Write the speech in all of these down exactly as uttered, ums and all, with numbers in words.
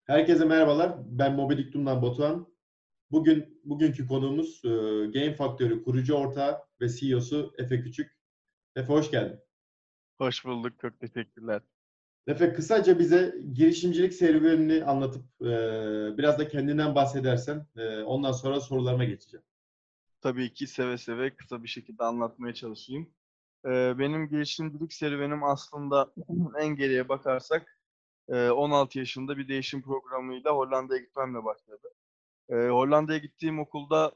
Herkese merhabalar. Ben Mobidiktum'dan Batuhan. Bugün bugünkü konuğumuz e, Game Factory kurucu ortağı ve C E O'su Efe Küçük. Efe hoş geldin. Hoş bulduk. Çok teşekkürler. Efe kısaca bize girişimcilik serüvenini anlatıp e, biraz da kendinden bahsedersen e, ondan sonra sorularıma geçeceğim. Tabii ki seve seve kısa bir şekilde anlatmaya çalışayım. Ee, benim girişimcilik serüvenim aslında en geriye bakarsak e, on altı yaşında bir değişim programıyla Hollanda'ya gitmemle başladı. Ee, Hollanda'ya gittiğim okulda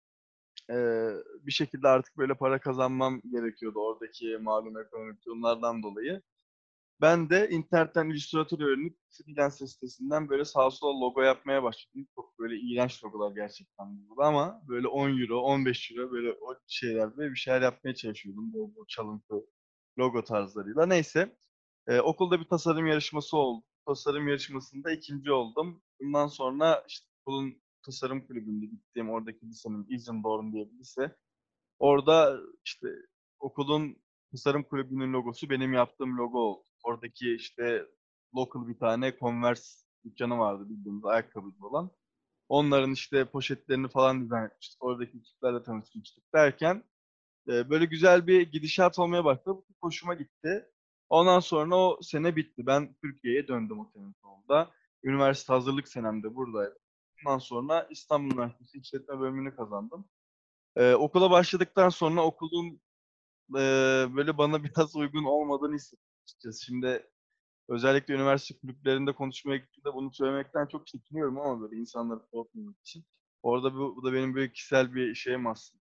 e, bir şekilde artık böyle para kazanmam gerekiyordu oradaki malum ekonomik durumlardan dolayı. Ben de internetten illüstratör öğrenip freelance sitesinden böyle sağa sola logo yapmaya başladım. Çok böyle iğrenç logolar gerçekten burada ama böyle on euro, on beş euro böyle o şeylerde bir şeyler yapmaya çalışıyordum. Bu, bu çalıntı logo tarzlarıyla. Neyse. Ee, okulda bir tasarım yarışması oldu. Tasarım yarışmasında ikinci oldum. Bundan sonra işte okulun tasarım kulübünde gittiğim oradaki lisenin Isenborn diye bir lise. Orada işte okulun tasarım kulübünün logosu benim yaptığım logo oldu. Oradaki işte local bir tane Converse dükkanı vardı bildiğimiz ayakkabıcı olan. Onların işte poşetlerini falan dizayn etmiştik. Oradaki ekiplerle tanışmıştık derken e, böyle güzel bir gidişat olmaya başladı. Bu çok hoşuma gitti. Ondan sonra o sene bitti. Ben Türkiye'ye döndüm o sene sonunda. Üniversite hazırlık senemde buradaydım. Ondan sonra İstanbul Üniversitesi İşletme bölümünü kazandım. Ee, okula başladıktan sonra okulun e, böyle bana biraz uygun olmadığını hissettim açıkçası. Şimdi özellikle üniversite kulüplerinde konuşmaya gittiğimde bunu söylemekten çok çekiniyorum ama böyle insanları korkmamak için. Orada bu, bu da benim böyle kişisel bir şeyim aslında.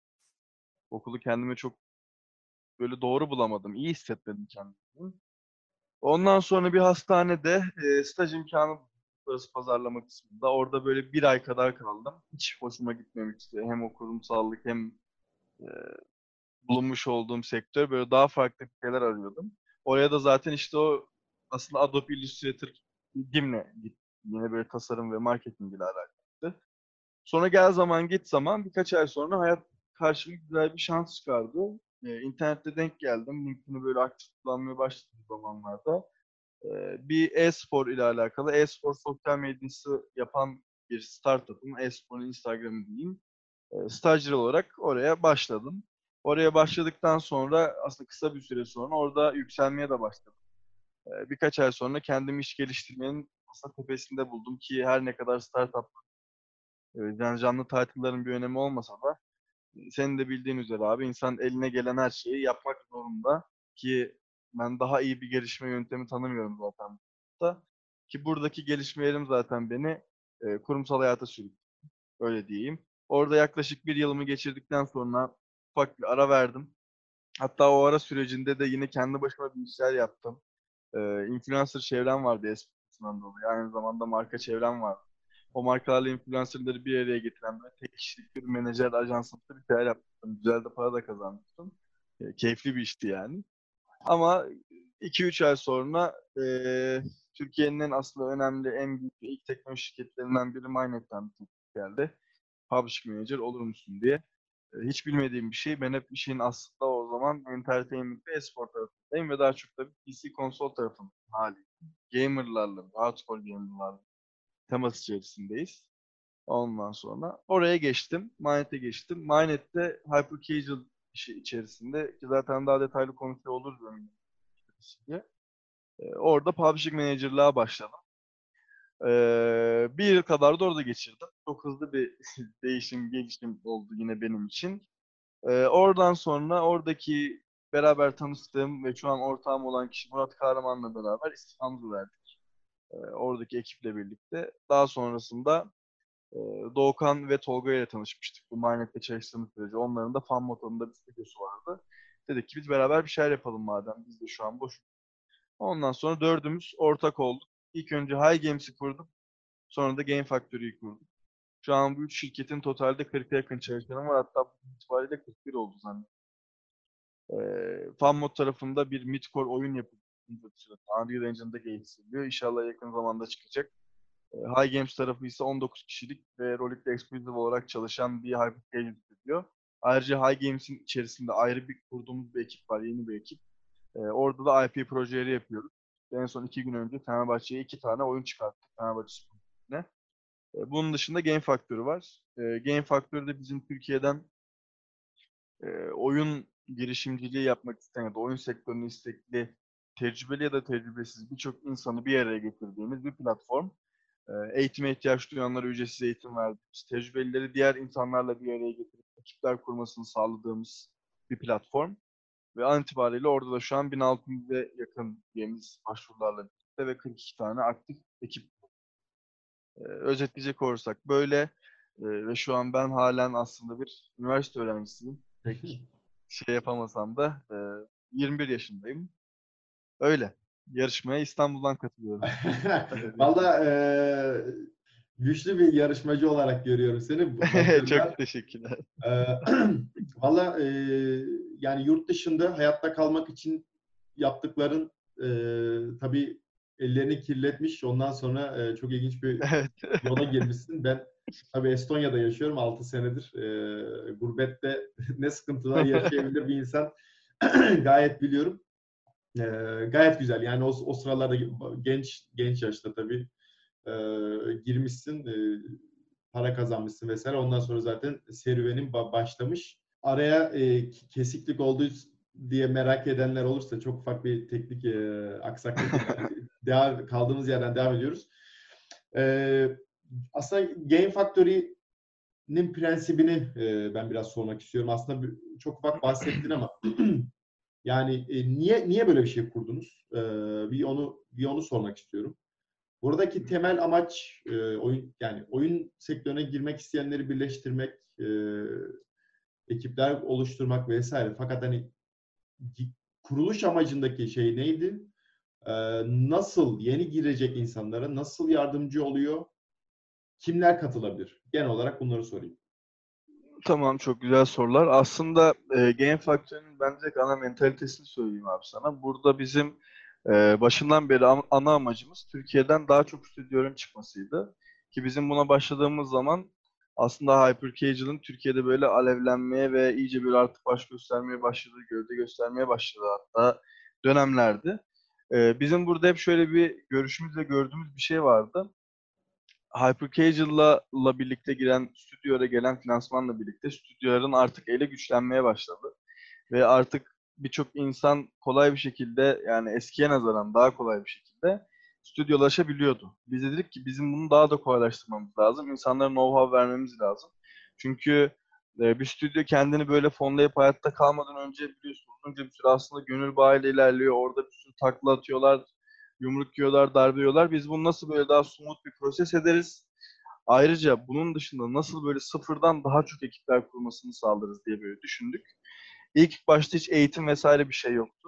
Okulu kendime çok böyle doğru bulamadım. İyi hissetmedim kendimi. Ondan sonra bir hastanede e, staj imkanı buldum. Uluslararası pazarlama kısmında. Orada böyle bir ay kadar kaldım. Hiç hoşuma gitmemişti. Hem o kurumsallık hem e, bulunmuş olduğum sektör böyle daha farklı şeyler arıyordum. Oraya da zaten işte o aslında Adobe Illustrator ilgimle gittim. Yine böyle tasarım ve marketing ile alakalı. Sonra gel zaman git zaman birkaç ay sonra hayat karşıma güzel bir şans çıkardı. Ee, internette denk geldim. LinkedIn'i böyle aktif kullanmaya başladığım zamanlarda. Ee, bir e-spor ile alakalı e-spor sosyal medyası yapan bir startup'ın e-sporun Instagram'ı diyeyim e, stajyer olarak oraya başladım. Oraya başladıktan sonra aslında kısa bir süre sonra orada yükselmeye de başladım. E, birkaç ay sonra kendimi iş geliştirmenin aslında tepesinde buldum ki her ne kadar startup e, yani canlı title'ların bir önemi olmasa da e, senin de bildiğin üzere abi insan eline gelen her şeyi yapmak zorunda ki ben daha iyi bir gelişme yöntemi tanımıyorum zaten. Da. Ki buradaki gelişmelerim zaten beni e, kurumsal hayata sürükledi. Öyle diyeyim. Orada yaklaşık bir yılımı geçirdikten sonra ufak bir ara verdim. Hatta o ara sürecinde de yine kendi başıma bir işler yaptım. Ee, influencer çevrem vardı eskisinden dolayı. Aynı zamanda marka çevrem vardı. O markalarla influencerları bir araya getiren böyle tek kişilik bir menajer ajansında bir şeyler yaptım. Güzel de para da kazanmıştım. Ee, keyifli bir işti yani. Ama iki üç ay sonra e, Türkiye'nin en aslında önemli, en büyük ilk teknoloji şirketlerinden biri Mynet'ten bir teklif geldi. Publishing Manager olur musun diye. E, hiç bilmediğim bir şey. Ben hep işin aslında o zaman entertainment ve espor tarafındayım ve daha çok tabii P C konsol tarafının hali. Gamerlarla, hardcore gamerlarla temas içerisindeyiz. Ondan sonra oraya geçtim. Mynet'e geçtim. Mynet'te hyper casual işi içerisinde ki zaten daha detaylı konuşuyor oluruz diye. E, orada publishing manager'lığa başladım. E, bir yıl kadar da orada geçirdim. Çok hızlı bir değişim, gelişim oldu yine benim için. Ee, oradan sonra oradaki beraber tanıştığım ve şu an ortağım olan kişi Murat Kahraman'la beraber istifamızı verdik. Ee, oradaki ekiple birlikte. Daha sonrasında e, Doğukan ve Tolga ile tanışmıştık. Bu Mynet'te çalıştığımız sürece. Onların da fan motorunda bir stüdyosu vardı. Dedik ki biz beraber bir şeyler yapalım madem. Biz de şu an boş. Ondan sonra dördümüz ortak olduk. İlk önce High Games'i kurduk. Sonra da Game Factory'yi kurduk. Şu an bu üç şirketin totalde kırka yakın çalışanı var. Hatta bu itibariyle kırk bir oldu zannediyorum. Ee, Fanmod tarafında bir midcore oyun yapılıyor. Unreal Engine'da geliştiriliyor. İnşallah yakın zamanda çıkacak. Ee, High Games tarafı ise on dokuz kişilik ve Rolik'te exclusive olarak çalışan bir hypercasual stüdyo. Ayrıca High Games'in içerisinde ayrı bir kurduğumuz bir ekip var, yeni bir ekip. Ee, orada da I P projeleri yapıyoruz. En son iki gün önce Fenerbahçe'ye iki tane oyun çıkarttık. Fenerbahçe Spor. E, bunun dışında Game Factory var. E, Game Factory'de bizim Türkiye'den e, oyun girişimciliği yapmak isteyen ya da oyun sektörünü istekli, tecrübeli ya da tecrübesiz birçok insanı bir araya getirdiğimiz bir platform. E, eğitime ihtiyaç duyanlara ücretsiz eğitim verdiğimiz, tecrübelileri diğer insanlarla bir araya getirip ekipler kurmasını sağladığımız bir platform. Ve an itibariyle orada da şu an bin altı yüze yakın üyemiz başvurularla birlikte ve kırk iki tane aktif ekip. Ee, özetleyecek olursak böyle e, ve şu an ben halen aslında bir üniversite öğrencisiyim. Pek şey yapamasam da e, yirmi bir yaşındayım. Öyle. Yarışmaya İstanbul'dan katılıyorum. Öyle diyeyim. Valla eee, güçlü bir yarışmacı olarak görüyorum seni. Çok Başarılar. teşekkürler. Eee valla eee, yani yurt dışında hayatta kalmak için yaptıkların eee tabii ellerini kirletmiş. Ondan sonra eee, çok ilginç bir Evet. yola girmişsin. Ben tabii Estonya'da yaşıyorum altı senedir. Eee, gurbette ne sıkıntılar yaşayabilir bir insan gayet biliyorum. Eee, gayet güzel. Yani o, o sıralarda genç genç yaşta tabii eee, girmişsin, eee, para kazanmışsın vesaire. Ondan sonra zaten serüvenin ba- başlamış. Araya eee, kesiklik oldu diye merak edenler olursa çok ufak bir teknik eee, aksaklık devam, kaldığımız yerden devam ediyoruz. Eee, aslında Game Factory'nin prensibini eee, ben biraz sormak istiyorum. Aslında bir- çok ufak bahsettin ama yani e, niye niye böyle bir şey kurdunuz? Ee, bir onu bir onu sormak istiyorum. Buradaki temel amaç e, oyun yani oyun sektörüne girmek isteyenleri birleştirmek, e, ekipler oluşturmak vesaire. Fakat hani kuruluş amacındaki şey neydi? Ee, nasıl yeni girecek insanlara nasıl yardımcı oluyor? Kimler katılabilir? Genel olarak bunları sorayım. Tamam, çok güzel sorular. Aslında e, Game Factory'nin bence ana mentalitesini söyleyeyim abi sana. Burada bizim e, başından beri am- ana amacımız Türkiye'den daha çok stüdyoların çıkmasıydı. Ki bizim buna başladığımız zaman aslında Hyper Casual'ın Türkiye'de böyle alevlenmeye ve iyice bir artık baş göstermeye başladığı, gövde göstermeye başladığı hatta dönemlerdi. E, bizim burada hep şöyle bir görüşümüz ve gördüğümüz bir şey vardı. Hyper Casual'la la birlikte giren, stüdyoya gelen finansmanla birlikte stüdyoların artık ele güçlenmeye başladı. Ve artık birçok insan kolay bir şekilde, yani eskiye nazaran daha kolay bir şekilde stüdyolaşabiliyordu. Biz de dedik ki bizim bunu daha da kolaylaştırmamız lazım. İnsanlara know-how vermemiz lazım. Çünkü e, bir stüdyo kendini böyle fonlayıp hayatta kalmadan önce biliyorsunuz uzunca bir süre aslında gönül bağıyla ilerliyor. Orada bir sürü takla atıyorlar, yumruk yiyorlar, darbe yiyorlar. Biz bunu nasıl böyle daha smooth bir proses ederiz? Ayrıca bunun dışında nasıl böyle sıfırdan daha çok ekipler kurmasını sağlarız diye böyle düşündük. İlk başta hiç eğitim vesaire bir şey yoktu.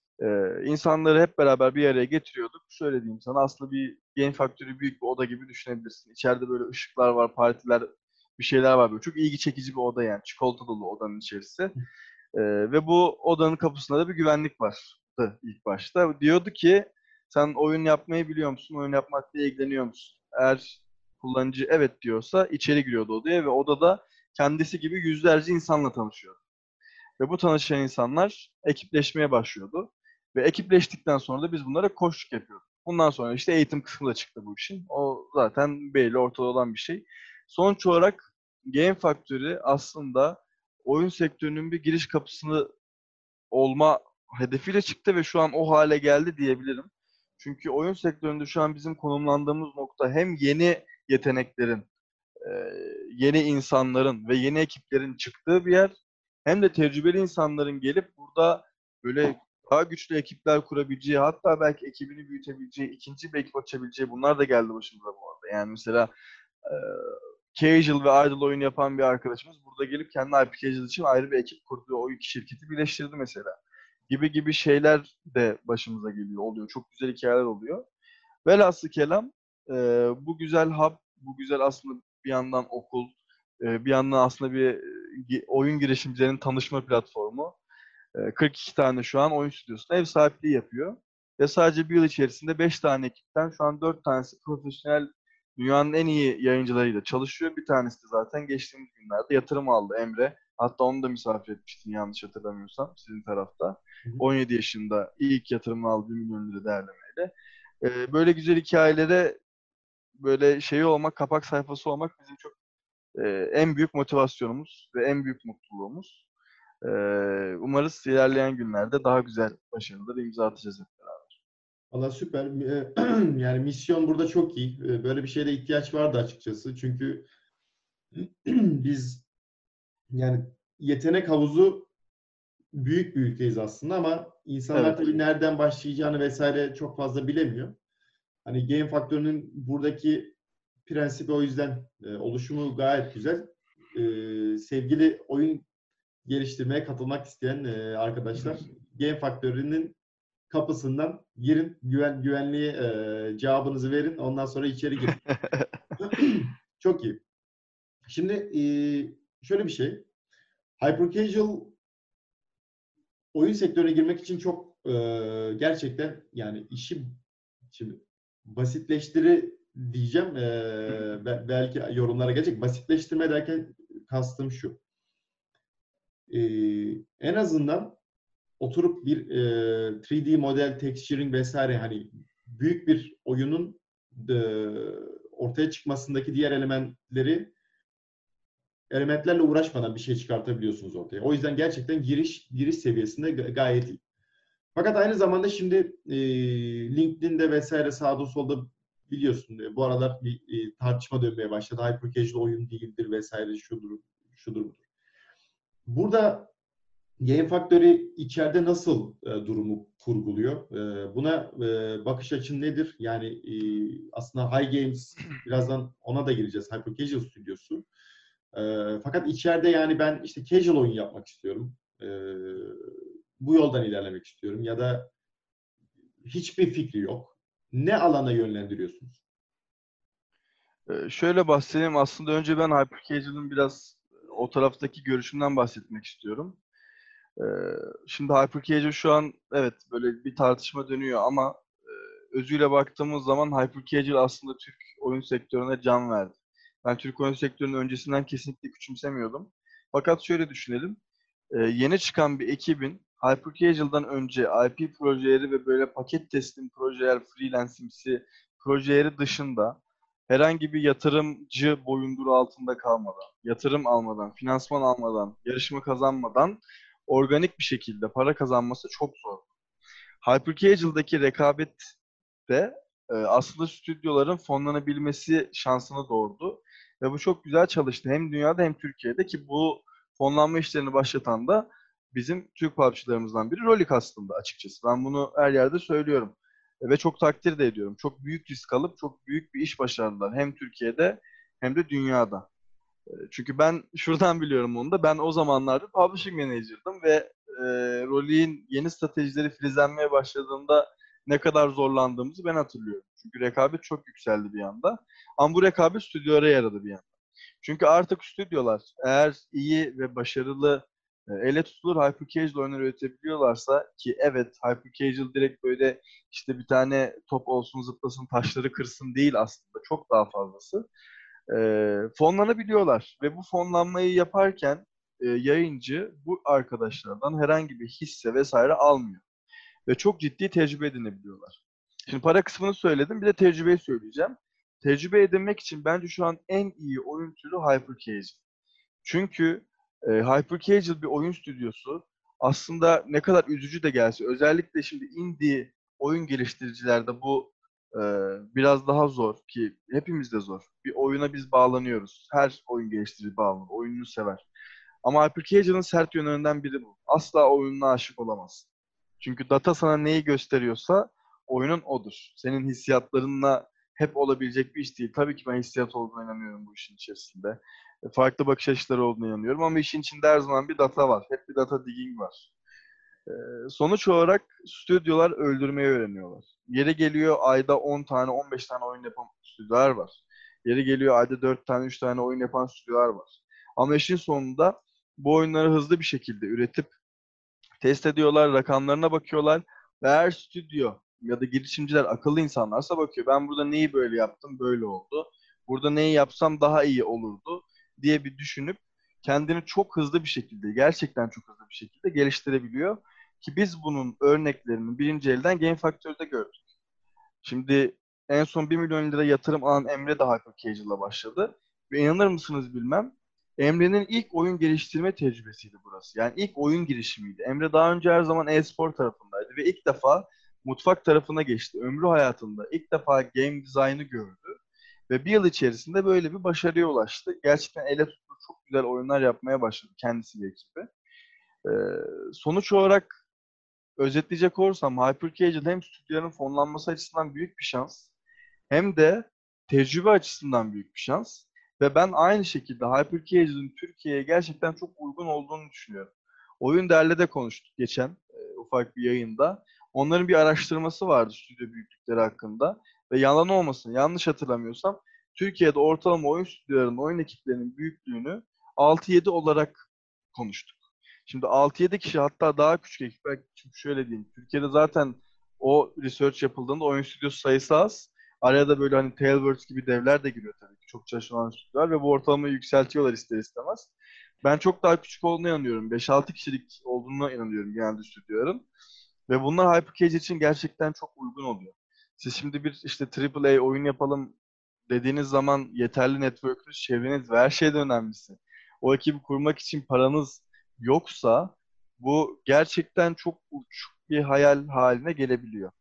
Ee, insanları hep beraber bir araya getiriyorduk. Şöyle diyeyim sana, aslında bir Game Factory büyük bir oda gibi düşünebilirsin. İçeride böyle ışıklar var, partiler, bir şeyler var böyle. Çok ilgi çekici bir oda yani. Çikolata dolu odanın içerisi. Ee, ve bu odanın kapısında da bir güvenlik vardı ilk başta. Diyordu ki sen oyun yapmayı biliyor musun? Oyun yapmakla ilgileniyor musun? Eğer kullanıcı evet diyorsa içeri giriyordu odaya ve odada kendisi gibi yüzlerce insanla tanışıyordu. Ve bu tanışan insanlar ekipleşmeye başlıyordu. Ve ekipleştikten sonra da biz bunlara koçluk yapıyorduk. Bundan sonra işte eğitim kısmı da çıktı bu işin. O zaten belli ortada olan bir şey. Sonuç olarak Game Factory aslında oyun sektörünün bir giriş kapısını olma hedefiyle çıktı ve şu an o hale geldi diyebilirim. Çünkü oyun sektöründe şu an bizim konumlandığımız nokta hem yeni yeteneklerin, e, yeni insanların ve yeni ekiplerin çıktığı bir yer, hem de tecrübeli insanların gelip burada böyle daha güçlü ekipler kurabileceği, hatta belki ekibini büyütebileceği, ikinci bir ekip açabileceği, bunlar da geldi başımıza bu arada. Yani mesela e, casual ve idle oyun yapan bir arkadaşımız burada gelip kendi I P Casual için ayrı bir ekip kurdu. O iki şirketi birleştirdi mesela. Gibi gibi şeyler de başımıza geliyor, oluyor. Çok güzel hikayeler oluyor. Velhasıl kelam e, bu güzel hub, bu güzel aslında bir yandan okul, e, bir yandan aslında bir e, oyun girişimcilerinin tanışma platformu. E, kırk iki tane şu an oyun stüdyosuna ev sahipliği yapıyor. Ve sadece bir yıl içerisinde beş tane ekipten şu an dört tanesi profesyonel, dünyanın en iyi yayıncılarıyla çalışıyor. Bir tanesi de zaten geçtiğimiz günlerde yatırım aldı, Emre. Hatta onu da misafir etmiştin yanlış hatırlamıyorsam sizin tarafta. Hı hı. on yedi yaşında ilk yatırımını aldı, bir milyon lira değerlemeyle. Ee, böyle güzel hikayelere böyle şeyi olmak, kapak sayfası olmak bizim çok e, en büyük motivasyonumuz ve en büyük mutluluğumuz. E, Umarız ilerleyen günlerde daha güzel başarılar imza atacağız hep beraber. Valla süper. E, Yani misyon burada çok iyi. E, Böyle bir şeye de ihtiyaç vardı açıkçası. Çünkü biz yani yetenek havuzu büyük bir ülkeyiz aslında ama insanlar Evet. tabii nereden başlayacağını vesaire çok fazla bilemiyor. Hani Game Factory'nin buradaki prensibi o yüzden e, oluşumu gayet güzel. E, sevgili oyun geliştirmeye katılmak isteyen e, arkadaşlar Game Factory'nin kapısından girin, güven güvenliğe e, cevabınızı verin. Ondan sonra içeri girin. Çok iyi. Şimdi e, şöyle bir şey. Hyper casual oyun sektörüne girmek için çok e, gerçekten yani işi şimdi basitleştiri diyeceğim. E, be- belki yorumlara gelecek. Basitleştirme derken kastım şu. E, En azından oturup bir e, üç D model, texturing vesaire hani büyük bir oyunun e, ortaya çıkmasındaki diğer elementleri elementlerle uğraşmadan bir şey çıkartabiliyorsunuz ortaya. O yüzden gerçekten giriş giriş seviyesinde ga- gayet iyi. Fakat aynı zamanda şimdi e, LinkedIn'de vesaire sağda solda biliyorsun e, bu aralar bir e, tartışma dönmeye başladı. Hyper casual oyun değildir vesaire şudur şudur budur. Burada Game Factory içeride nasıl e, durumu kurguluyor? E, buna e, bakış açın nedir? Yani e, aslında High Games birazdan ona da gireceğiz. Hyper Casual stüdyosu. E, fakat içeride yani ben işte casual oyun yapmak istiyorum. E, bu yoldan ilerlemek istiyorum ya da hiçbir fikri yok. Ne alana yönlendiriyorsunuz? Ee, şöyle bahsedeyim. Aslında önce ben Hyper Casual'ın biraz o taraftaki görüşümden bahsetmek istiyorum. Ee, Şimdi Hyper Casual şu an evet böyle bir tartışma dönüyor ama özüyle baktığımız zaman Hyper Casual aslında Türk oyun sektörüne can verdi. Ben Türk oyun sektörünün öncesinden kesinlikle küçümsemiyordum. Fakat şöyle düşünelim. Ee, yeni çıkan bir ekibin Hyper Casual'dan önce I P projeleri ve böyle paket teslim projeler, freelance'imsi projeleri dışında herhangi bir yatırımcı boyunduruğu altında kalmadan, yatırım almadan, finansman almadan, yarışma kazanmadan organik bir şekilde para kazanması çok zor. Hyper Casual'daki rekabet de e, aslında stüdyoların fonlanabilmesi şansını doğurdu. Ve bu çok güzel çalıştı. Hem dünyada hem Türkiye'de ki bu fonlanma işlerini başlatan da bizim Türk PUBG'larımızdan biri Rolik aslında açıkçası. Ben bunu her yerde söylüyorum. E, Ve çok takdir de ediyorum. Çok büyük risk alıp çok büyük bir iş başardılar. Hem Türkiye'de hem de dünyada. E, Çünkü ben şuradan biliyorum onu da. Ben o zamanlarda publishing manager'dım ve e, Rolik'in yeni stratejileri filizlenmeye başladığında ne kadar zorlandığımızı ben hatırlıyorum. Çünkü rekabet çok yükseldi bir anda. Ama bu rekabet stüdyolara yaradı bir anda. Çünkü artık stüdyolar eğer iyi ve başarılı e, ele tutulur hyper casual oyunlar üretebiliyorlarsa ki evet hyper casual direkt böyle işte bir tane top olsun zıplasın taşları kırsın değil aslında çok daha fazlası. E, Fonlanabiliyorlar ve bu fonlanmayı yaparken e, yayıncı bu arkadaşlardan herhangi bir hisse vesaire almıyor ve çok ciddi tecrübe edinebiliyorlar. Şimdi para kısmını söyledim, bir de tecrübeyi söyleyeceğim. Tecrübe edinmek için bence şu an en iyi oyun türü Hyper Casual. Çünkü e, Hyper Casual bir oyun stüdyosu aslında ne kadar üzücü de gelse, özellikle şimdi indie oyun geliştiricilerde bu e, biraz daha zor ki hepimiz de zor. Bir oyuna biz bağlanıyoruz. Her oyun geliştirici bağlanır, oyununu sever. Ama Hyper Casual'ın sert yönlerinden biri bu. Asla oyununa aşık olamazsın. Çünkü data sana neyi gösteriyorsa oyunun odur. Senin hissiyatlarınla hep olabilecek bir iş değil. Tabii ki ben hissiyat olduğuna inanıyorum bu işin içerisinde. E, Farklı bakış açıları olduğuna inanıyorum ama işin içinde her zaman bir data var. Hep bir data digging var. E, Sonuç olarak stüdyolar öldürmeyi öğreniyorlar. Yeri geliyor ayda on tane, on beş tane oyun yapan stüdyolar var. Yeri geliyor ayda dört tane, üç tane oyun yapan stüdyolar var. Ama işin sonunda bu oyunları hızlı bir şekilde üretip test ediyorlar, rakamlarına bakıyorlar ve her stüdyo ya da girişimciler akıllı insanlarsa bakıyor. Ben burada neyi böyle yaptım, böyle oldu. Burada neyi yapsam daha iyi olurdu diye bir düşünüp kendini çok hızlı bir şekilde, gerçekten çok hızlı bir şekilde geliştirebiliyor. Ki biz bunun örneklerini birinci elden Game Factory'de gördük. Şimdi en son bir milyon lira yatırım alan Emre de Hyper Casual'la başladı. Ve inanır mısınız bilmem, Emre'nin ilk oyun geliştirme tecrübesiydi burası. Yani ilk oyun girişimiydi. Emre daha önce her zaman e-spor tarafındaydı ve ilk defa mutfak tarafına geçti. Ömrü hayatında ilk defa game design'ı gördü. Ve bir yıl içerisinde böyle bir başarıya ulaştı. Gerçekten ele tuttuğu çok güzel oyunlar yapmaya başladı kendisi ve ekibi. Ee, sonuç olarak özetleyecek olursam Hyper Casual hem stüdyoların fonlanması açısından büyük bir şans, hem de tecrübe açısından büyük bir şans. Ve ben aynı şekilde Hyper Casual'ın Türkiye'ye gerçekten çok uygun olduğunu düşünüyorum. Oyun Der'le de konuştuk geçen e, ufak bir yayında. Onların bir araştırması vardı stüdyo büyüklükleri hakkında. Ve yalan olmasın, yanlış hatırlamıyorsam Türkiye'de ortalama oyun stüdyolarının, oyun ekiplerinin büyüklüğünü altı yedi olarak konuştuk. Şimdi altı yedi kişi, hatta daha küçük ekip, belki şöyle diyeyim. Türkiye'de zaten o research yapıldığında oyun stüdyosu sayısı az. Araya da böyle hani Tailwords gibi devler de giriyor tabii ki. Çok çalışan stüdyolar ve bu ortalamayı yükseltiyorlar ister istemez. Ben çok daha küçük olduğuna inanıyorum. beş altı kişilik olduğuna inanıyorum genelde stüdyoların. Ve bunlar HyperCage için gerçekten çok uygun oluyor. Siz şimdi bir işte triple A oyun yapalım dediğiniz zaman yeterli network'ünüz, çevreniz ve her şeyden önemlisi, o ekibi kurmak için paranız yoksa bu gerçekten çok uç bir hayal haline gelebiliyor.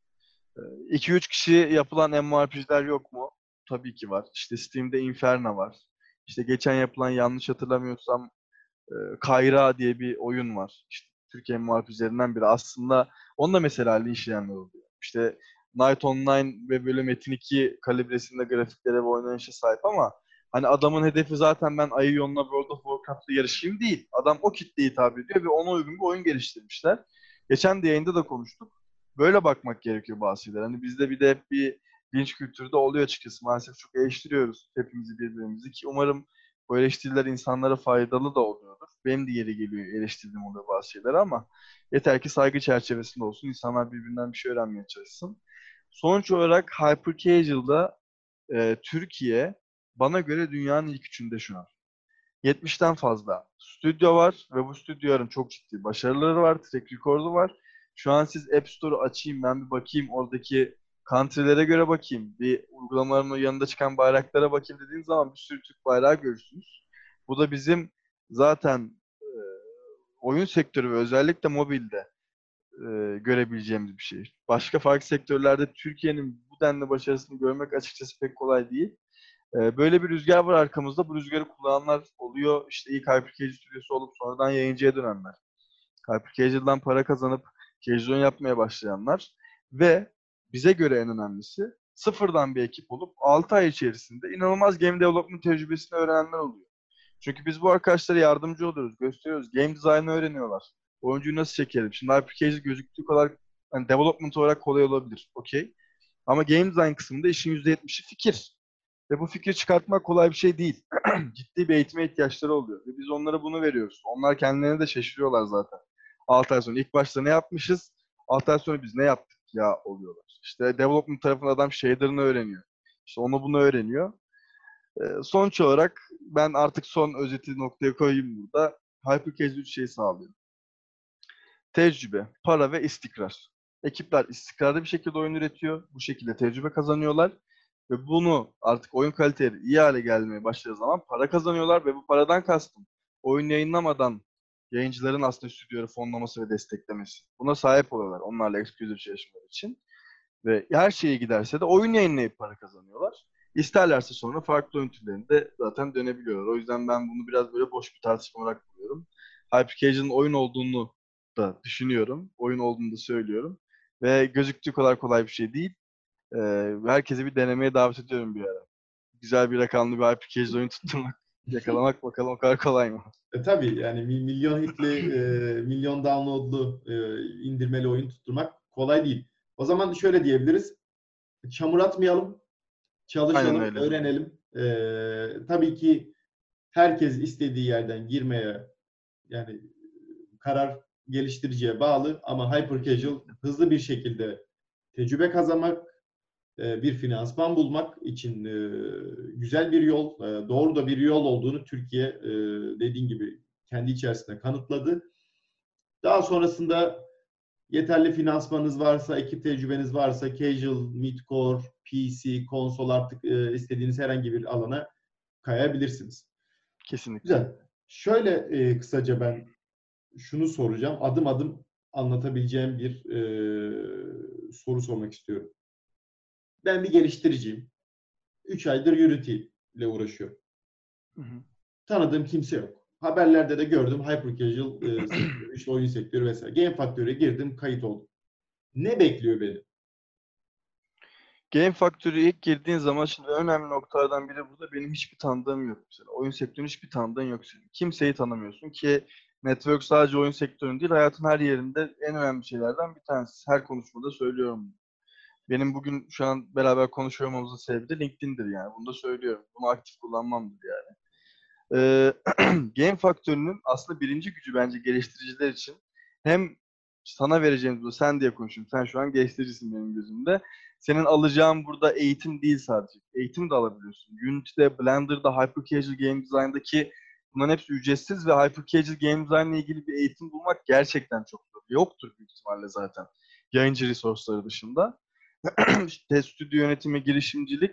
iki üç kişi yapılan MMORPG'ler yok mu? Tabii ki var. İşte Steam'de Inferno var. İşte geçen yapılan, yanlış hatırlamıyorsam, e, Kayra diye bir oyun var. İşte Türkiye MMORPG'lerinden biri. Aslında onda mesela linçleyenler oluyor. İşte Night Online ve böyle Metin iki kalibresinde grafiklere ve oynanışa sahip ama hani adamın hedefi zaten ben Aion'la World of Warcraft'ta yarışayım değil. Adam o kitleye hitap ediyor ve ona uygun bir oyun geliştirmişler. Geçen de yayında da konuştuk. Böyle bakmak gerekiyor bazı şeyler. Hani bizde bir de hep bir linç kültürü de oluyor açıkçası. Maalesef çok eleştiriyoruz hepimizi, birbirimizi, ki umarım bu eleştiriler insanlara faydalı da oluyordur. Benim de yeri geliyor, eleştirdiğim oluyor bazı şeyler ama yeter ki saygı çerçevesinde olsun. İnsanlar birbirinden bir şey öğrenmeye çalışsın. Sonuç olarak Hyper Casual'da e, Türkiye bana göre dünyanın ilk üçünde şu an. yetmişten fazla stüdyo var ve bu stüdyoların çok ciddi başarıları var, track record'u var. Şu an siz App Store'u açayım, ben bir bakayım, oradaki country'lere göre bakayım, bir uygulamaların yanında çıkan bayraklara bakayım dediğiniz zaman bir sürü Türk bayrağı görürsünüz. Bu da bizim zaten e, oyun sektörü ve özellikle mobilde e, görebileceğimiz bir şey. Başka farklı sektörlerde Türkiye'nin bu denli başarısını görmek açıkçası pek kolay değil. Ee, böyle bir rüzgar var arkamızda. Bu rüzgarı kullananlar oluyor. İşte ilk HyperCasual stüdyosu olup sonradan yayıncıya dönenler. HyperCasual'dan para kazanıp casual yapmaya başlayanlar. Ve bize göre en önemlisi, sıfırdan bir ekip olup altı ay içerisinde inanılmaz game development tecrübesini öğrenenler oluyor. Çünkü biz bu arkadaşlara yardımcı oluyoruz, gösteriyoruz. Game design'ı öğreniyorlar. Oyuncuyu nasıl çekelim? Şimdi HyperCasual gözüktüğü kadar hani development olarak kolay olabilir. Okey. Ama game design kısmında işin yüzde yetmişi fikir. Ve bu fikri çıkartmak kolay bir şey değil. Ciddi bir eğitime ihtiyaçları oluyor. Ve biz onlara bunu veriyoruz. Onlar kendilerine de şaşırıyorlar zaten. altı ay sonra ilk başta ne yapmışız? altı ay sonra biz ne yaptık ya oluyorlar. İşte development tarafında adam shader'ını öğreniyor. İşte onu bunu öğreniyor. Ee, sonuç olarak ben artık son özeti noktaya koyayım burada. Hypercasual üç şey sağlıyor. Tecrübe, para ve istikrar. Ekipler istikrarlı bir şekilde oyun üretiyor. Bu şekilde tecrübe kazanıyorlar. Ve bunu artık oyun kaliteleri iyi hale gelmeye başladığı zaman para kazanıyorlar ve bu paradan kastım oyun yayınlamadan yayıncıların aslında stüdyoları fonlaması ve desteklemesi. Buna sahip oluyorlar onlarla exclusive çalışmalar için. Ve her şeye giderse de oyun yayınlayıp para kazanıyorlar. İsterlerse sonra farklı oyun türlerinde zaten dönebiliyorlar. O yüzden ben bunu biraz böyle boş bir tartışma olarak buluyorum. Hypercasual'ın oyun olduğunu da düşünüyorum. Oyun olduğunu da söylüyorum. Ve gözüktüğü kadar kolay bir şey değil. Ee, herkese bir denemeye davet ediyorum bir ara. Güzel bir rakamlı bir Hypercasual oyun tutturmak, yakalamak bakalım o kadar kolay mı? E tabii yani mi- milyon hitli, e, milyon downloadlu e, indirmeli oyun tutturmak kolay değil. O zaman şöyle diyebiliriz. Çamur atmayalım, Aynen çalışalım, öyle. öğrenelim. E, tabii ki herkes istediği yerden girmeye, yani karar geliştiriciye bağlı ama hyper casual hızlı bir şekilde tecrübe kazanmak, e, bir finansman bulmak için e, güzel bir yol, e, doğru da bir yol olduğunu Türkiye e, dediğin gibi kendi içerisinde kanıtladı. Daha sonrasında Yeterli finansmanınız varsa, ekip tecrübeniz varsa casual, mid-core, P C, konsol artık e, istediğiniz herhangi bir alana kayabilirsiniz. Kesinlikle. Güzel. Şöyle e, kısaca ben şunu soracağım. Adım adım anlatabileceğim bir e, soru sormak istiyorum. Ben bir geliştiriciyim. üç aydır Unity ile uğraşıyorum. Hı hı. Tanıdığım kimse yok. Haberlerde de gördüm. Hyper casual e, sektörü, işte oyun sektörü vesaire. Game Factory'e girdim, kayıt oldum. Ne bekliyor beni? Game Factory'ye ilk girdiğin zaman şimdi önemli noktalardan biri burada benim hiçbir tanıdığım yok mesela. Oyun sektörünün hiçbir tanıdığın yok senin. Kimseyi tanımıyorsun ki network sadece oyun sektörünün değil hayatın her yerinde en önemli şeylerden bir tanesi. Her konuşmada söylüyorum. Benim bugün şu an beraber konuşuyor olmamızın sebebi de LinkedIn'dir yani. Bunu da söylüyorum. Bunu aktif kullanmamdır yani. Ee, Game Factory'nin aslında birinci gücü bence geliştiriciler için hem sana vereceğim bu sen diye konuşuyorum. Sen şu an geliştiricisin benim gözümde. Senin alacağın burada eğitim değil sadece. Eğitim de alabiliyorsun. Unity'de, Blender'da, Hyper Casual Game Design'daki bunların hepsi ücretsiz ve Hyper Casual Game Design ile ilgili bir eğitim bulmak gerçekten çok zor. Yoktur büyük ihtimalle zaten. Yayıncı resource'ları dışında. İşte stüdyo yönetimi, girişimcilik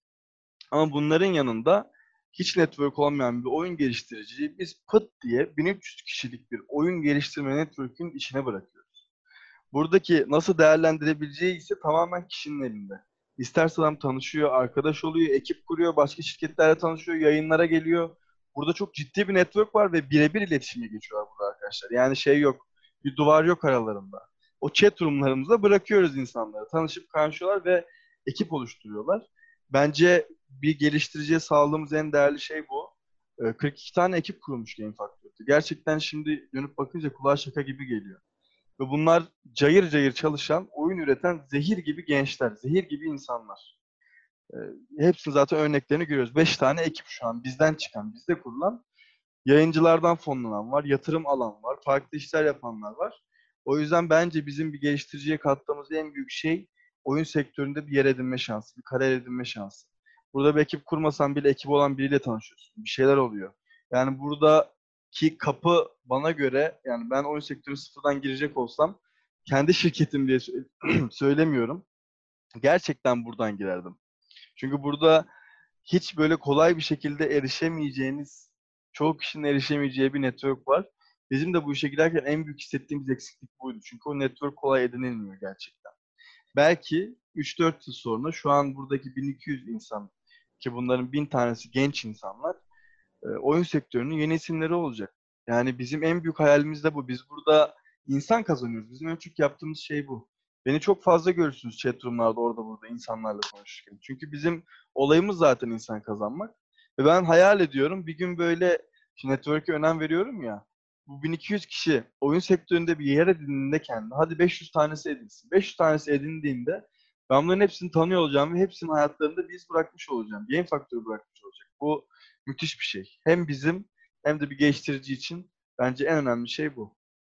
ama bunların yanında hiç network olmayan bir oyun geliştiriciyi biz pıt diye bin üç yüz kişilik bir oyun geliştirme network'ün içine bırakıyoruz. Buradaki nasıl değerlendirebileceği ise tamamen kişinin elinde. İsterse adam tanışıyor, arkadaş oluyor, ekip kuruyor, başka şirketlerle tanışıyor, yayınlara geliyor. Burada çok ciddi bir network var ve birebir iletişime geçiyorlar burada arkadaşlar. Yani şey yok, bir duvar yok aralarında. O chat roomlarımıza bırakıyoruz insanları. Tanışıp kaynaşıyorlar ve ekip oluşturuyorlar. Bence bir geliştiriciye sağladığımız en değerli şey bu. Ee, kırk iki tane ekip kurulmuş Game Factory'de. Gerçekten şimdi dönüp bakınca kulağa şaka gibi geliyor. Ve bunlar cayır cayır çalışan, oyun üreten zehir gibi gençler, zehir gibi insanlar. Ee, hepsinin zaten örneklerini görüyoruz. Beş tane ekip şu an bizden çıkan, bizde kurulan, yayıncılardan fonlanan var, yatırım alan var, farklı işler yapanlar var. O yüzden bence bizim bir geliştiriciye kattığımız en büyük şey oyun sektöründe bir yer edinme şansı, bir kariyer edinme şansı. Burada bir ekip kurmasan bile ekip olan biriyle tanışıyorsun. Bir şeyler oluyor. Yani buradaki kapı bana göre yani ben oyun sektörü sıfırdan girecek olsam kendi şirketim diye söylemiyorum. Gerçekten buradan girerdim. Çünkü burada hiç böyle kolay bir şekilde erişemeyeceğiniz, çoğu kişinin erişemeyeceği bir network var. Bizim de bu işe girerken en büyük hissettiğimiz eksiklik buydu. Çünkü o network kolay edinilmiyor gerçekten. Belki üç dört yıl sonra şu an buradaki bin iki yüz insan ki bunların bin tanesi genç insanlar e, oyun sektörünün yeni isimleri olacak. Yani bizim en büyük hayalimiz de bu. Biz burada insan kazanıyoruz. Bizim en çok yaptığımız şey bu. Beni çok fazla görürsünüz chatroomlarda orada burada insanlarla konuşurken. Çünkü bizim olayımız zaten insan kazanmak. Ve ben hayal ediyorum bir gün böyle şimdi network'e önem veriyorum ya. Bu bin iki yüz kişi oyun sektöründe bir yer edindiğinde kendi, hadi beş yüz tanesi edinsin. beş yüz tanesi edindiğinde ben bunların hepsini tanıyor olacağım ve hepsinin hayatlarında biz bırakmış olacağım. Game Factory bırakmış olacak. Bu müthiş bir şey. Hem bizim hem de bir geliştirici için bence en önemli şey bu.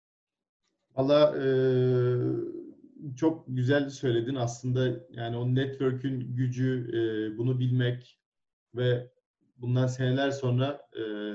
Valla eee, çok güzel söyledin aslında. Yani o network'ün gücü, eee, bunu bilmek ve bundan seneler sonra eee,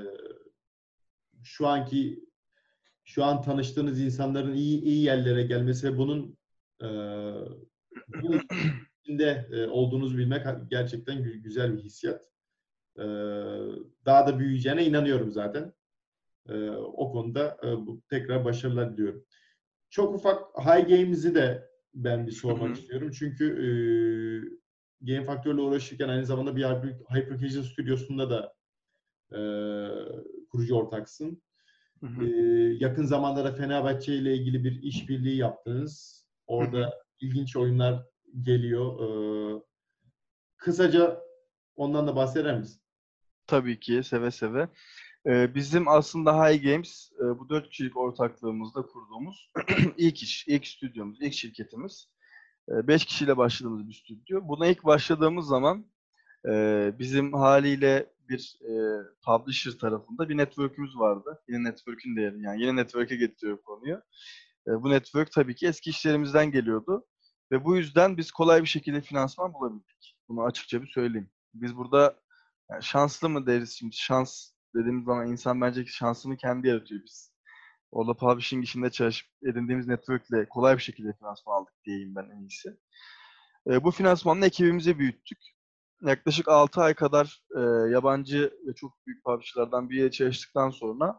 şu anki şu an tanıştığınız insanların iyi iyi yerlere gelmesi ve bunun eee bu içinde e, olduğunuzu bilmek gerçekten gü- güzel bir hissiyat. Eee, Daha da büyüyeceğine inanıyorum zaten. Eee, o konuda e, bu, tekrar başarılar diliyorum. Çok ufak High Games'i de ben bir sormak istiyorum. Çünkü e, Game Factory ile uğraşırken aynı zamanda bir Hyper, Hyper Casual stüdyosunda da e, kurucu ortaksın. E, yakın zamanda da Fenerbahçe ile ilgili bir işbirliği yaptınız. Orada ilginç oyunlar geliyor. E, kısaca ondan da bahseder misin? Tabii ki seve seve. Ee, bizim aslında High Games e, bu dört kişilik ortaklığımızda kurduğumuz ilk iş, ilk stüdyomuz, ilk şirketimiz. E, beş kişiyle başladığımız bir stüdyo. Buna ilk başladığımız zaman e, bizim haliyle bir e, publisher tarafında bir network'ümüz vardı. Yine network'ün değeri yani yine network'e getiriyor konuyu. E, bu network tabii ki eski işlerimizden geliyordu. Ve bu yüzden biz kolay bir şekilde finansman bulabildik. Bunu açıkça bir söyleyeyim. Biz burada yani şanslı mı deriz şimdi? Şans dediğimiz zaman insan bence şansını kendi yaratıyor biz. Orada publishing işinde çalışıp edindiğimiz network'le kolay bir şekilde finansman aldık diyeyim ben en iyisi. E, bu finansmanla ekibimizi büyüttük. Yaklaşık altı ay kadar e, yabancı ve çok büyük publisher'lardan biriyle çalıştıktan sonra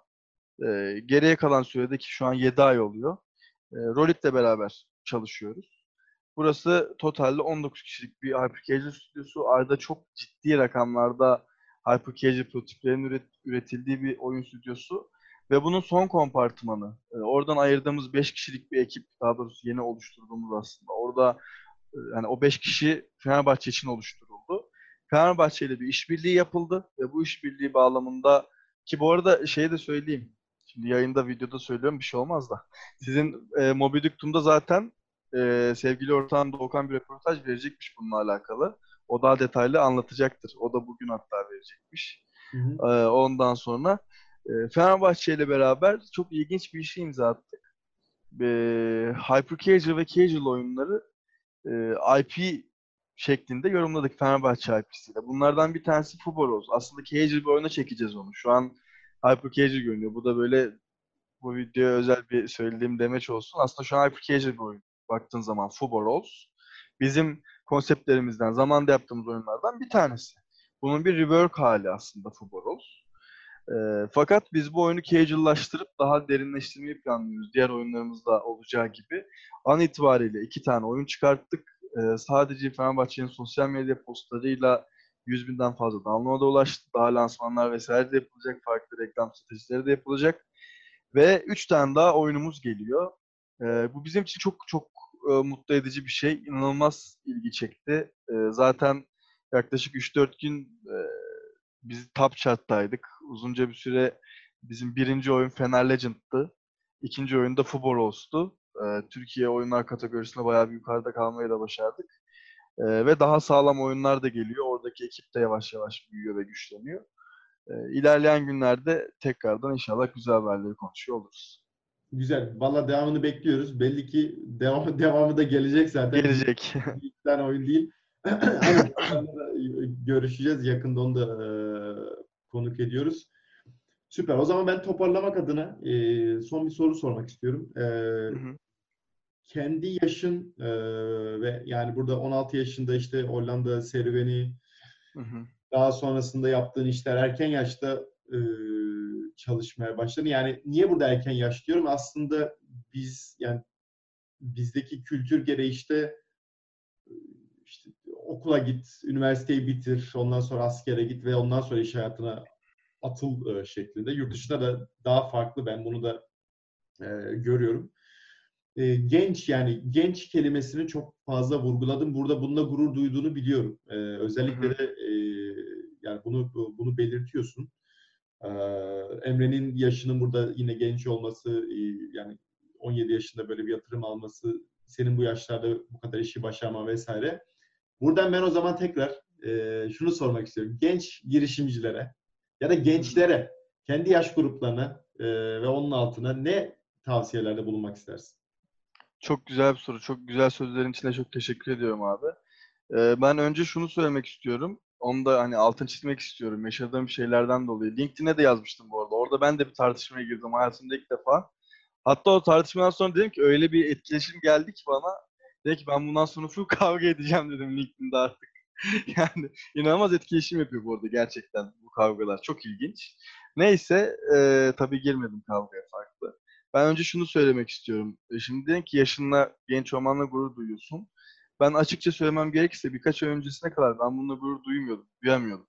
e, geriye kalan sürede ki şu an yedi ay oluyor. E, Rolit'le beraber çalışıyoruz. Burası totalde on dokuz kişilik bir hypercasual stüdyosu. Ayda çok ciddi rakamlarda hypercasual prototiplerin üret, üretildiği bir oyun stüdyosu. Ve bunun son kompartımanı. E, oradan ayırdığımız beş kişilik bir ekip, daha doğrusu yeni oluşturduğumuz aslında. Orada e, yani o beş kişi Fenerbahçe için oluşturuldu. Fenerbahçe ile bir işbirliği yapıldı ve bu işbirliği bağlamında ki bu arada şeyi de söyleyeyim. Şimdi yayında, videoda söylüyorum bir şey olmaz da. Sizin e, Moby Dictum'da zaten e, sevgili ortağım Doğukan bir röportaj verecekmiş bununla alakalı. O daha detaylı anlatacaktır. O da bugün hatta verecekmiş. Hı hı. E, ondan sonra e, Fenerbahçe ile beraber çok ilginç bir işe imza attık. E, Hyper Casual ve Casual oyunları e, I P şeklinde yorumladık Fenerbahçe I P'siyle. Bunlardan bir tanesi Fuboros. Aslında casual bir oyuna çekeceğiz onu. Şu an hyper casual görünüyor. Bu da böyle bu videoya özel bir söylediğim demeç olsun. Aslında şu an hyper casual bir oyun. Baktığın zaman Fuboros. Bizim konseptlerimizden, zamanda yaptığımız oyunlardan bir tanesi. Bunun bir rework hali aslında Fuboros. E, fakat biz bu oyunu casual'laştırıp daha derinleştirmeyi planlıyoruz. Diğer oyunlarımızda olacağı gibi. An itibariyle iki tane oyun çıkarttık. E, sadece Fenerbahçe'nin sosyal medya postlarıyla yüz binden fazla download'a ulaştı. Daha lansmanlar vesaire de yapılacak. Farklı reklam stratejileri de yapılacak. Ve üç tane daha oyunumuz geliyor. E, bu bizim için çok çok e, mutlu edici bir şey. İnanılmaz ilgi çekti. E, zaten yaklaşık üç dört gün e, biz top chart'taydık. Uzunca bir süre bizim birinci oyun Fener Legend'tı. İkinci oyun da Fuboros'tu. Ee, Türkiye oyunlar kategorisinde bayağı bir yukarıda kalmayı da başardık. Ee, ve daha sağlam oyunlar da geliyor. Oradaki ekip de yavaş yavaş büyüyor ve güçleniyor. Ee, ilerleyen günlerde tekrardan inşallah güzel haberleri konuşuyor oluruz. Güzel. Valla devamını bekliyoruz. Belli ki devam, devamı da gelecek zaten. Bir, Gelecek. bir iki tane oyun değil. Aynı zamanda da görüşeceğiz. Yakında onu da e, konuk ediyoruz. Süper. O zaman ben toparlamak adına e, son bir soru sormak istiyorum. E, Hı hı, kendi yaşın e, ve yani burada on altı yaşında işte Hollanda serüveni, hı hı, daha sonrasında yaptığın işler erken yaşta e, çalışmaya başladın. Yani niye burada erken yaş diyorum? Aslında biz yani bizdeki kültür gereği işte, işte okula git, üniversiteyi bitir, ondan sonra askere git ve ondan sonra iş hayatına atıl e, şeklinde. Yurt dışında da daha farklı. Ben bunu da e, görüyorum. E, genç yani genç kelimesini çok fazla vurguladım. Burada bununla gurur duyduğunu biliyorum. E, hı özellikle hı, de e, yani bunu bunu belirtiyorsun. E, Emre'nin yaşının burada yine genç olması, e, yani on yedi yaşında böyle bir yatırım alması, senin bu yaşlarda bu kadar işi başarma vesaire. Buradan ben o zaman tekrar e, şunu sormak istiyorum. Genç girişimcilere ya da hı hı. gençlere, kendi yaş gruplarına e, ve onun altına ne tavsiyelerde bulunmak istersin? Çok güzel bir soru. Çok güzel sözlerin için de çok teşekkür ediyorum abi. Ee, ben önce şunu söylemek istiyorum. Onu da hani altını çizmek istiyorum. Yaşadığım şeylerden dolayı. LinkedIn'e de yazmıştım bu arada. Orada ben de bir tartışmaya girdim hayatımda ilk defa. Hatta o tartışmadan sonra dedim ki öyle bir etkileşim geldi ki bana. Dedi ki ben bundan sonra full kavga edeceğim dedim LinkedIn'de artık. Yani inanılmaz etkileşim yapıyor bu arada gerçekten bu kavgalar. Çok ilginç. Neyse e, tabii girmedim kavgaya farklı. Ben önce şunu söylemek istiyorum. E, Şimdi dedin ki yaşınla genç olmanla gurur duyuyorsun. Ben açıkça söylemem gerekirse birkaç ay öncesine kadar ben bununla gurur duymuyordum, duyamıyordum.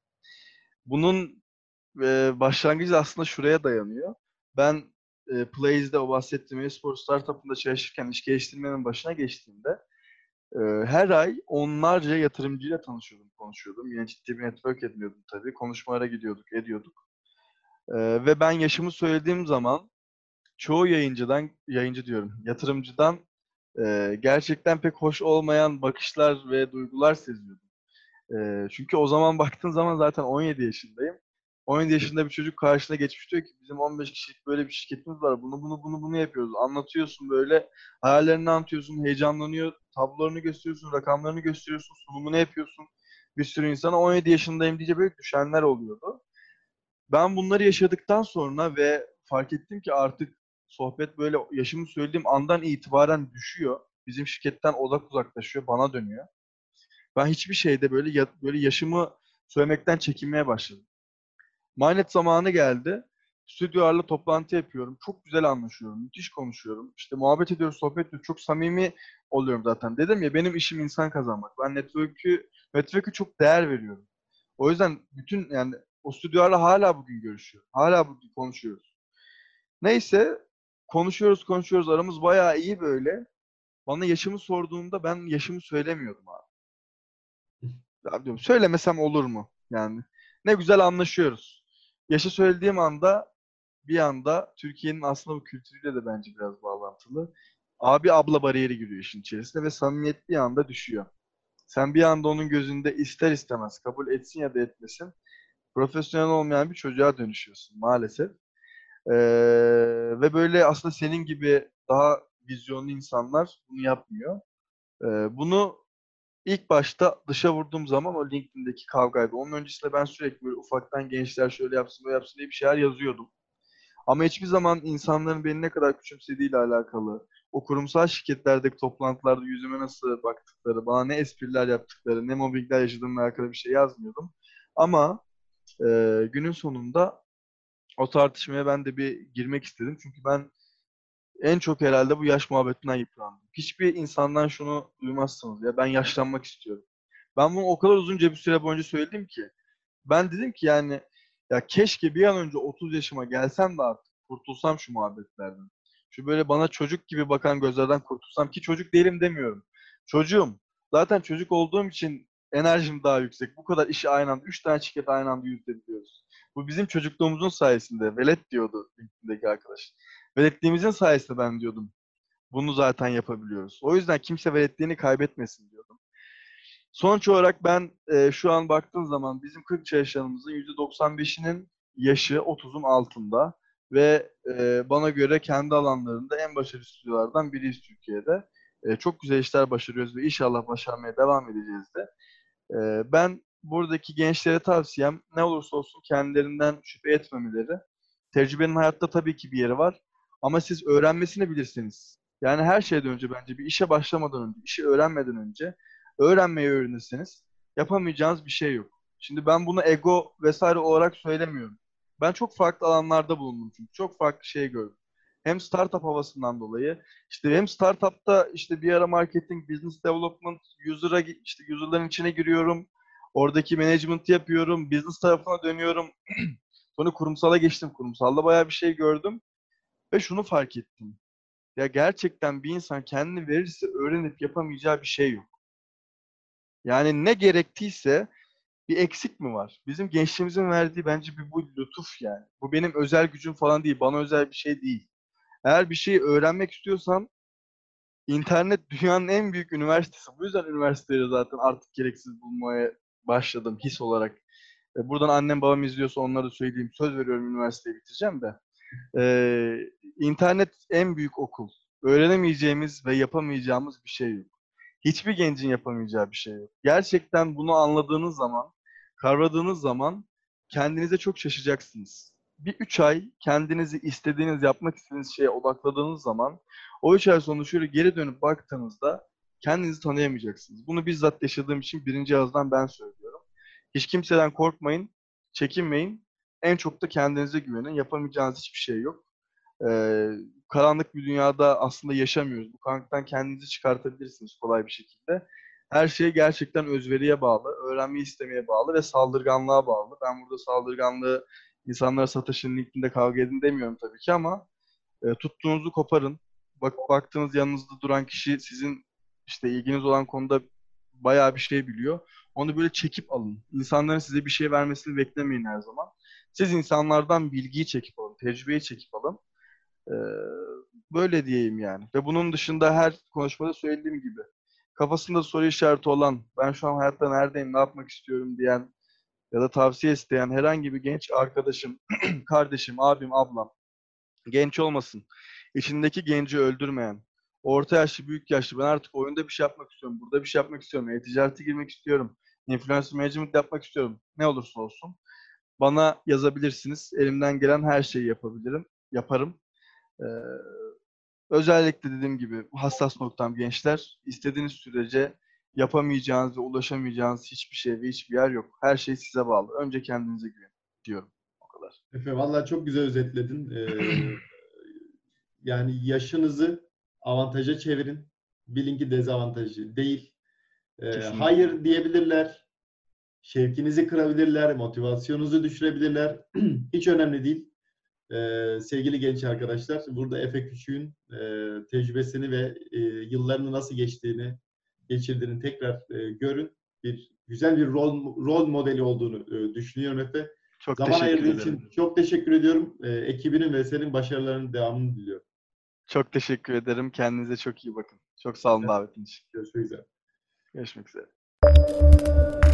Bunun e, başlangıcı aslında şuraya dayanıyor. Ben e, Plays'de o bahsettiğim e-spor startup'ında çalışırken iş geliştirmenin başına geçtiğimde e, her ay onlarca yatırımcıyla tanışıyordum, konuşuyordum. Yine ciddi bir network ediniyordum tabii. Konuşmalara gidiyorduk, ediyorduk. E, ve ben yaşımı söylediğim zaman çoğu yayıncıdan, yayıncı diyorum, yatırımcıdan e, gerçekten pek hoş olmayan bakışlar ve duygular seziyordum. E, çünkü o zaman baktığın zaman zaten on yedi yaşındayım. on yedi yaşında bir çocuk karşına geçmiş diyor ki bizim on beş kişilik böyle bir şirketimiz var. Bunu bunu bunu bunu yapıyoruz. Anlatıyorsun böyle. Hayallerini anlatıyorsun. Heyecanlanıyor. Tablolarını gösteriyorsun. Rakamlarını gösteriyorsun. Sunumunu yapıyorsun. Bir sürü insana on yedi yaşındayım diye böyle düşenler oluyordu. Ben bunları yaşadıktan sonra ve fark ettim ki artık sohbet böyle yaşımı söylediğim andan itibaren düşüyor. Bizim şirketten odak uzaklaşıyor, bana dönüyor. Ben hiçbir şeyde böyle ya, böyle yaşımı söylemekten çekinmeye başladım. Manet zamanı geldi. Stüdyolarla toplantı yapıyorum. Çok güzel anlaşıyorum. Müthiş konuşuyorum. İşte muhabbet ediyoruz, sohbet ediyoruz. Çok samimi oluyorum zaten. Dedim ya, benim işim insan kazanmak. Ben network'ü, network'ü çok değer veriyorum. O yüzden bütün yani o stüdyolarla hala bugün görüşüyorum. Hala bugün konuşuyoruz. Neyse, konuşuyoruz konuşuyoruz. Aramız bayağı iyi böyle. Bana yaşımı sorduğunda ben yaşımı söylemiyordum abi. Ya diyorum, söylemesem olur mu? Yani ne güzel anlaşıyoruz. Yaşı söylediğim anda bir anda Türkiye'nin aslında bu kültürüyle de bence biraz bağlantılı. Abi abla bariyeri giriyor işin içerisine ve samimiyet bir anda düşüyor. Sen bir anda onun gözünde ister istemez kabul etsin ya da etmesin profesyonel olmayan bir çocuğa dönüşüyorsun maalesef. Ee, Ve böyle aslında senin gibi daha vizyonlu insanlar bunu yapmıyor. Ee, bunu ilk başta dışa vurduğum zaman o LinkedIn'deki kavgaydı. Onun öncesinde ben sürekli böyle ufaktan gençler şöyle yapsın böyle yapsın diye bir şeyler yazıyordum. Ama hiçbir zaman insanların beni ne kadar küçümsediğiyle alakalı, o kurumsal şirketlerdeki toplantılarda yüzüme nasıl baktıkları, bana ne espriler yaptıkları, ne mobbingler yaşadığımla alakalı bir şey yazmıyordum. Ama e, günün sonunda o tartışmaya ben de bir girmek istedim. Çünkü ben en çok herhalde bu yaş muhabbetinden yıprandım. Hiçbir insandan şunu duymazsınız ya, ben yaşlanmak istiyorum. Ben bunu o kadar uzunca bir süre boyunca söyledim ki. Ben dedim ki yani ya keşke bir an önce otuz yaşıma gelsem de artık kurtulsam şu muhabbetlerden. Şu böyle bana çocuk gibi bakan gözlerden kurtulsam, ki çocuk değilim demiyorum. Çocuğum. Zaten çocuk olduğum için enerjim daha yüksek. Bu kadar işi aynı anda, üç tane şirket aynı anda yürütebiliyoruz. Bu bizim çocukluğumuzun sayesinde. Velet diyordu LinkedIn'deki arkadaş. Veletliğimizin sayesinde ben diyordum. Bunu zaten yapabiliyoruz. O yüzden kimse veletliğini kaybetmesin diyordum. Sonuç olarak ben e, şu an baktığın zaman bizim kırk çalışanımızın yüzde doksan beşinin yaşı otuzun altında ve e, bana göre kendi alanlarında en başarılı stüdyolardan biriyiz Türkiye'de. E, çok güzel işler başarıyoruz ve inşallah başarmaya devam edeceğiz de. E, ben buradaki gençlere tavsiyem ne olursa olsun kendilerinden şüphe etmemeleri. Tecrübenin hayatta tabii ki bir yeri var ama siz öğrenmesini bilirsiniz. Yani her şeyden önce bence bir işe başlamadan önce, işi öğrenmeden önce öğrenmeyi öğrenirseniz yapamayacağınız bir şey yok. Şimdi ben bunu ego vesaire olarak söylemiyorum. Ben çok farklı alanlarda bulundum çünkü. Çok farklı şey gördüm. Hem startup havasından dolayı, işte hem startupta işte bir ara marketing, business development, user'a işte user'ların içine giriyorum. Oradaki management yapıyorum, business tarafına dönüyorum. Sonra kurumsala geçtim. Kurumsalda bayağı bir şey gördüm ve şunu fark ettim. Ya gerçekten bir insan kendini verirse öğrenip yapamayacağı bir şey yok. Yani ne gerektiyse bir eksik mi var? Bizim gençliğimizin verdiği bence bir bu lütuf yani. Bu benim özel gücüm falan değil, bana özel bir şey değil. Eğer bir şeyi öğrenmek istiyorsan internet dünyanın en büyük üniversitesi. Bu yüzden üniversiteleri zaten artık gereksiz bulmaya başladım his olarak. E, Buradan annem babam izliyorsa onlara da söyleyeyim. Söz veriyorum üniversiteyi bitireceğim de. Ee, internet en büyük okul. Öğrenemeyeceğimiz ve yapamayacağımız bir şey yok. Hiçbir gencin yapamayacağı bir şey yok. Gerçekten bunu anladığınız zaman, kavradığınız zaman kendinize çok şaşacaksınız. Bir üç ay kendinizi istediğiniz, yapmak istediğiniz şeye odakladığınız zaman o üç ay sonra şöyle geri dönüp baktığınızda kendinizi tanıyamayacaksınız. Bunu bizzat yaşadığım için birinci ağızdan ben söylüyorum. Hiç kimseden korkmayın, çekinmeyin. En çok da kendinize güvenin. Yapamayacağınız hiçbir şey yok. Ee, Karanlık bir dünyada aslında yaşamıyoruz. Bu karanlıktan kendinizi çıkartabilirsiniz kolay bir şekilde. Her şey gerçekten özveriye bağlı, öğrenmeyi istemeye bağlı ve saldırganlığa bağlı. Ben burada saldırganlığı insanlara sataşın, LinkedIn'de kavga edin demiyorum tabii ki ama e, tuttuğunuzu koparın. Bak, baktığınız yanınızda duran kişi sizin işte ilginiz olan konuda bayağı bir şey biliyor. Onu böyle çekip alın. İnsanların size bir şey vermesini beklemeyin her zaman. Siz insanlardan bilgiyi çekip alın, tecrübeyi çekip alın. Ee, Böyle diyeyim yani. Ve bunun dışında her konuşmada söylediğim gibi kafasında soru işareti olan, ben şu an hayatta neredeyim, ne yapmak istiyorum diyen ya da tavsiye isteyen herhangi bir genç arkadaşım, kardeşim, abim, ablam, genç olmasın, içindeki genci öldürmeyen, orta yaşlı, büyük yaşlı, ben artık oyunda bir şey yapmak istiyorum, burada bir şey yapmak istiyorum, e-ticarete girmek istiyorum, influencer management yapmak istiyorum, ne olursa olsun bana yazabilirsiniz. Elimden gelen her şeyi yapabilirim, yaparım. Ee, özellikle dediğim gibi hassas noktam gençler. İstediğiniz sürece yapamayacağınız ve ulaşamayacağınız hiçbir şey ve hiçbir yer yok. Her şey size bağlı. Önce kendinize güvenin diyorum. O kadar. Efe vallahi çok güzel özetledin. Ee, yani yaşınızı avantaja çevirin. Bilin ki dezavantajı değil. Ee, Kesinlikle. hayır diyebilirler. Şevkinizi kırabilirler. Motivasyonunuzu düşürebilirler. Hiç önemli değil. Ee, sevgili genç arkadaşlar, burada Efe Küçük'ün e, tecrübesini ve e, yıllarını nasıl geçtiğini, geçirdiğini tekrar e, görün. Bir güzel bir rol, rol modeli olduğunu e, düşünüyorum Efe. Çok Zaman teşekkür ayırdığın ederim. için çok teşekkür ediyorum. E, ekibinin ve senin başarılarının devamını diliyorum. Çok teşekkür ederim. Kendinize çok iyi bakın. Çok sağ olun davetiniz için. Görüşmek üzere. Görüşmek üzere.